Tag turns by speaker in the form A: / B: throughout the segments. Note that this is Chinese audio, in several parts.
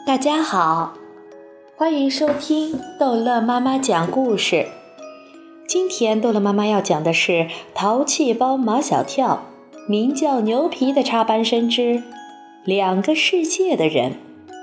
A: 大家好，欢迎收听逗乐妈妈讲故事。今天逗乐妈妈要讲的是淘气包马小跳，名叫牛皮的插班生之两个世界的人。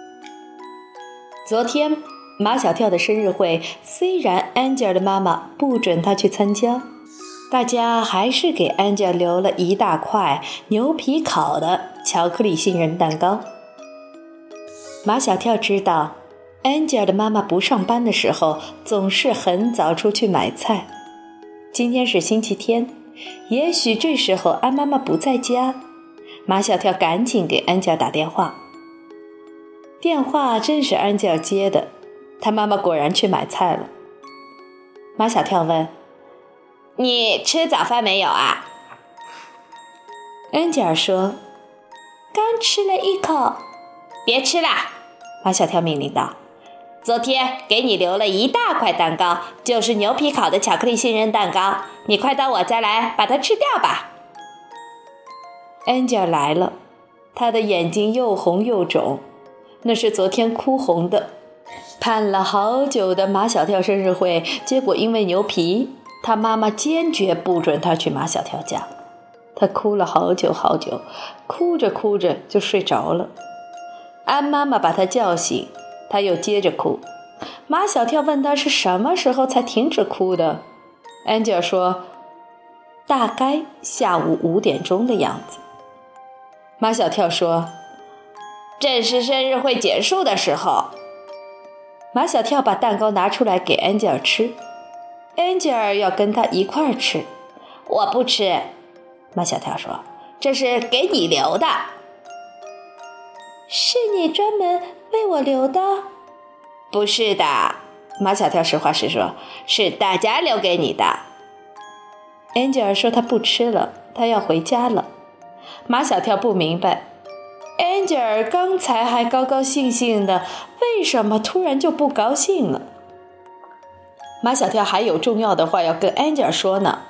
A: 昨天马小跳的生日会，虽然 Angel 的妈妈不准他去参加，大家还是给 Angel 留了一大块牛皮烤的巧克力杏仁蛋糕。马小跳知道 Angel 的妈妈不上班的时候总是很早出去买菜，今天是星期天，也许这时候安妈妈不在家。马小跳赶紧给 Angel 打电话，电话正是 Angel 接的，他妈妈果然去买菜了。马小跳问：你吃早饭没有啊？ Angel 说：刚吃了一口。别吃啦，马小跳命令道，昨天给你留了一大块蛋糕，就是牛皮烤的巧克力杏仁蛋糕，你快到我家来把它吃掉吧。 Angel 来了，他的眼睛又红又肿，那是昨天哭红的。盼了好久的马小跳生日会，结果因为牛皮，他妈妈坚决不准他去马小跳家。他哭了好久好久，哭着哭着就睡着了。安妈妈把他叫醒，他又接着哭。马小跳问他是什么时候才停止哭的。 Angel 说大概下午5点钟的样子。马小跳说正是生日会结束的时候。马小跳把蛋糕拿出来给 Angel 吃， Angel 要跟他一块儿吃。我不吃，马小跳说，这是给你留的。是你专门为我留的？不是的，马小跳实话实说，是大家留给你的。 Angel 说他不吃了，他要回家了。马小跳不明白， Angel 刚才还高高兴兴的，为什么突然就不高兴了？马小跳还有重要的话要跟 Angel 说呢。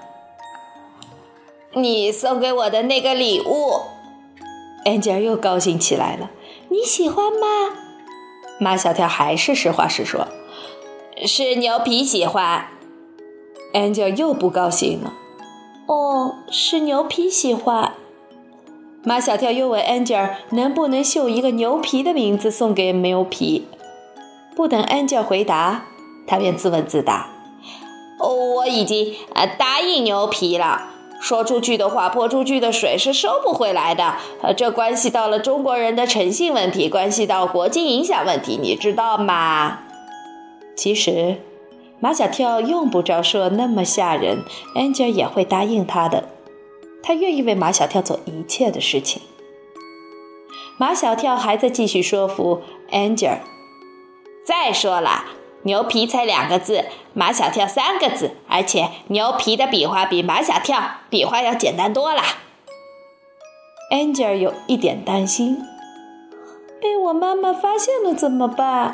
A: 你送给我的那个礼物。 Angel 又高兴起来了，你喜欢吗？马小跳还是实话实说，是牛皮喜欢。 Angel 又不高兴了，哦，是牛皮喜欢。马小跳又问 Angel 能不能绣一个牛皮的名字送给牛皮。不等 Angel 回答，他便自问自答，我已经答应牛皮了，说出去的话泼出去的水是收不回来的，这关系到了中国人的诚信问题，关系到国际影响问题，你知道吗？其实马小跳用不着说那么吓人， Angel 也会答应他的，他愿意为马小跳做一切的事情。马小跳还在继续说服 Angel， 再说了，牛皮才2个字，马小跳3个字，而且牛皮的笔画比马小跳笔画要简单多了。 Angel 有一点担心，被我妈妈发现了怎么办？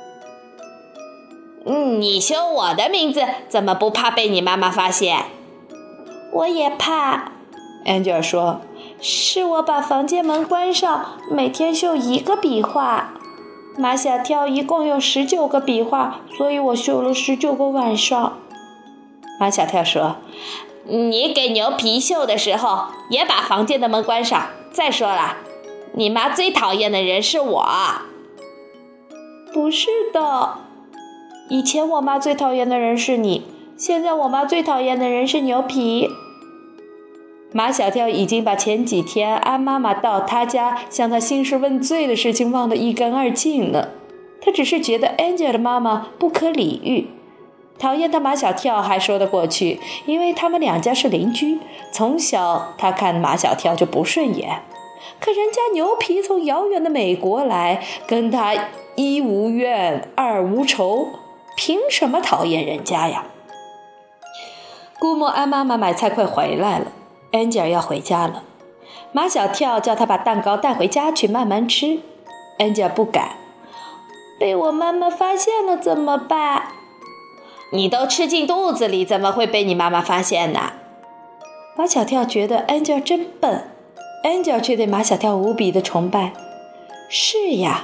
A: 你绣我的名字，怎么不怕被你妈妈发现？我也怕。 Angel 说，是我把房间门关上，每天绣1个笔画，马小跳一共有19个笔画，所以我绣了19个晚上。马小跳说，你给牛皮绣的时候也把房间的门关上，再说了，你妈最讨厌的人是我。不是的，以前我妈最讨厌的人是你，现在我妈最讨厌的人是牛皮。马小跳已经把前几天安妈妈到他家向他兴师问罪的事情忘得一干二净了，他只是觉得 Angel 的妈妈不可理喻，讨厌他马小跳还说得过去，因为他们两家是邻居，从小他看马小跳就不顺眼，可人家牛皮从遥远的美国来，跟他一无怨二无仇，凭什么讨厌人家呀？估摸安妈妈买菜快回来了， Angel 要回家了，马小跳叫他把蛋糕带回家去慢慢吃。 Angel 不敢，被我妈妈发现了怎么办？你都吃进肚子里，怎么会被你妈妈发现呢？马小跳觉得 Angel 真笨， Angel 却对马小跳无比的崇拜。是呀，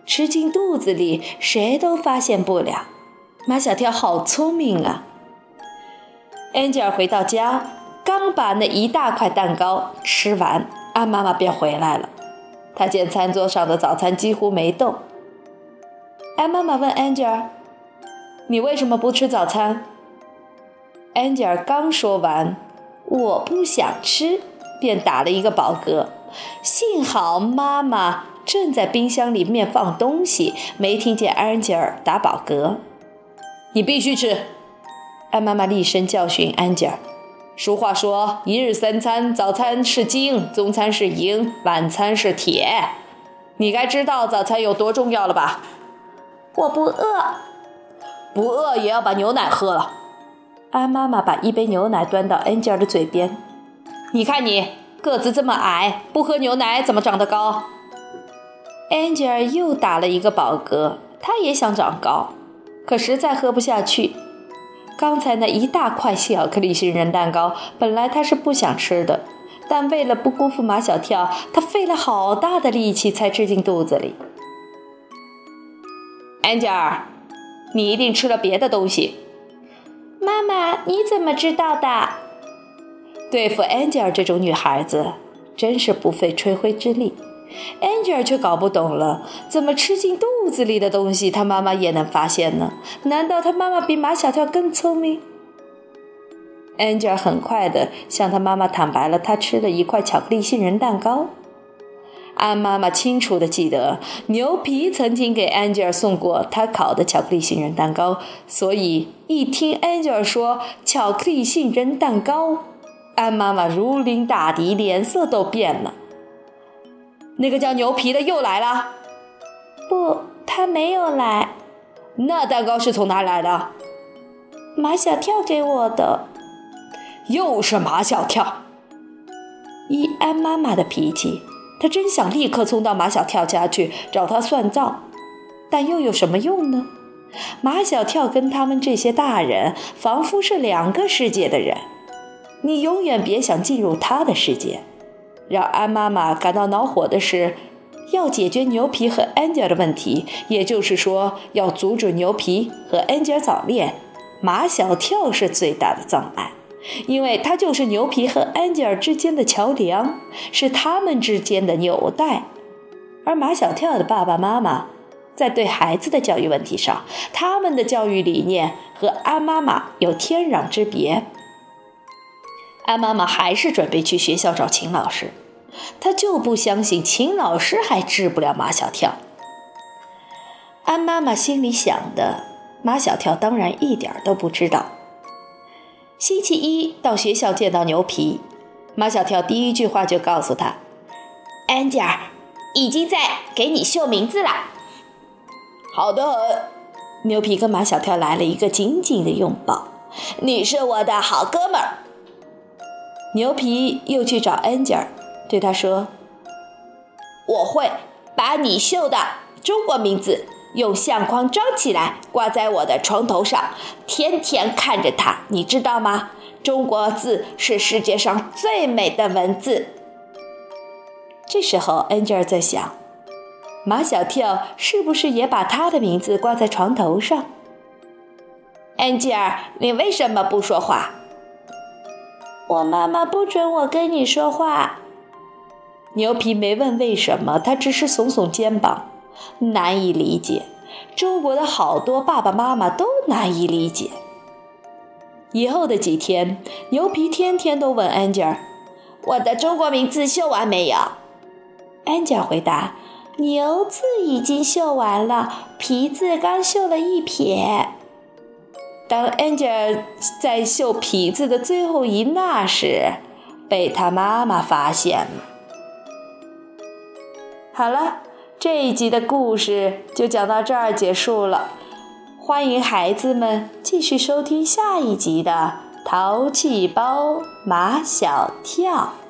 A: 吃进肚子里，谁都发现不了。马小跳好聪明啊。安吉尔回到家，刚把那一大块蛋糕吃完，安妈妈便回来了。她见餐桌上的早餐几乎没动。安妈妈问安吉尔：“你为什么不吃早餐？”安吉尔刚说完“我不想吃”，便打了一个饱嗝。幸好妈妈正在冰箱里面放东西，没听见安吉尔打饱嗝。“你必须吃！”安妈妈厉声教训安吉尔。俗话说，一日三餐，早餐是金，中餐是银，晚餐是铁。你该知道早餐有多重要了吧？
B: 我不饿。
A: 不饿也要把牛奶喝了。安妈妈把一杯牛奶端到安吉尔的嘴边。你看你，个子这么矮，不喝牛奶怎么长得高？安吉尔又打了一个饱嗝，他也想长高，可实在喝不下去。刚才那一大块巧克力杏仁蛋糕，本来他是不想吃的，但为了不辜负马小跳，他费了好大的力气才吃进肚子里。安吉尔，你一定吃了别的东西。
B: 妈妈，你怎么知道的？
A: 对付安吉尔这种女孩子，真是不费吹灰之力。安吉尔却搞不懂了，怎么吃进肚子里的东西他妈妈也能发现呢？难道他妈妈比马小跳更聪明？安吉尔很快地向他妈妈坦白了他吃了一块巧克力杏仁蛋糕。安妈妈清楚地记得牛皮曾经给安吉尔送过他烤的巧克力杏仁蛋糕，所以一听安吉尔说巧克力杏仁蛋糕，安妈妈如临大敌，脸色都变了。那个叫牛皮的又来了？
B: 不，他没有来。
A: 那蛋糕是从哪来的？
B: 马小跳给我的。
A: 又是马小跳。依安妈妈的脾气，她真想立刻冲到马小跳家去找他算账，但又有什么用呢？马小跳跟他们这些大人仿佛是两个世界的人，你永远别想进入他的世界。让安妈妈感到恼火的是，要解决牛皮和安吉尔的问题，也就是说要阻止牛皮和安吉尔早恋，马小跳是最大的障碍，因为他就是牛皮和安吉尔之间的桥梁，是他们之间的纽带。而马小跳的爸爸妈妈在对孩子的教育问题上，他们的教育理念和安妈妈有天壤之别。安妈妈还是准备去学校找秦老师，她就不相信秦老师还治不了马小跳。安妈妈心里想的，马小跳当然一点都不知道。星期一到学校见到牛皮，马小跳第一句话就告诉他：“安吉尔已经在给你秀名字了。”好的很。牛皮跟马小跳来了一个紧紧的拥抱。你是我的好哥们儿。牛皮又去找安吉尔，对他说：“我会把你绣的中国名字用相框装起来，挂在我的床头上，天天看着它，你知道吗？中国字是世界上最美的文字。”这时候安吉尔在想，马小跳是不是也把他的名字挂在床头上？安吉尔，你为什么不说话？
B: 我妈妈不准我跟你说话。
A: 牛皮没问为什么，他只是耸耸肩膀，难以理解。中国的好多爸爸妈妈都难以理解。以后的几天，牛皮天天都问安吉尔：“我的中国名字绣完没有？”安吉尔回答：“
B: 牛字已经绣完了，皮字刚绣了一撇。”
A: 当安吉尔在绣皮字的最后一捺时，被他妈妈发现了。好了，这一集的故事就讲到这儿结束了。欢迎孩子们继续收听下一集的《淘气包马小跳》。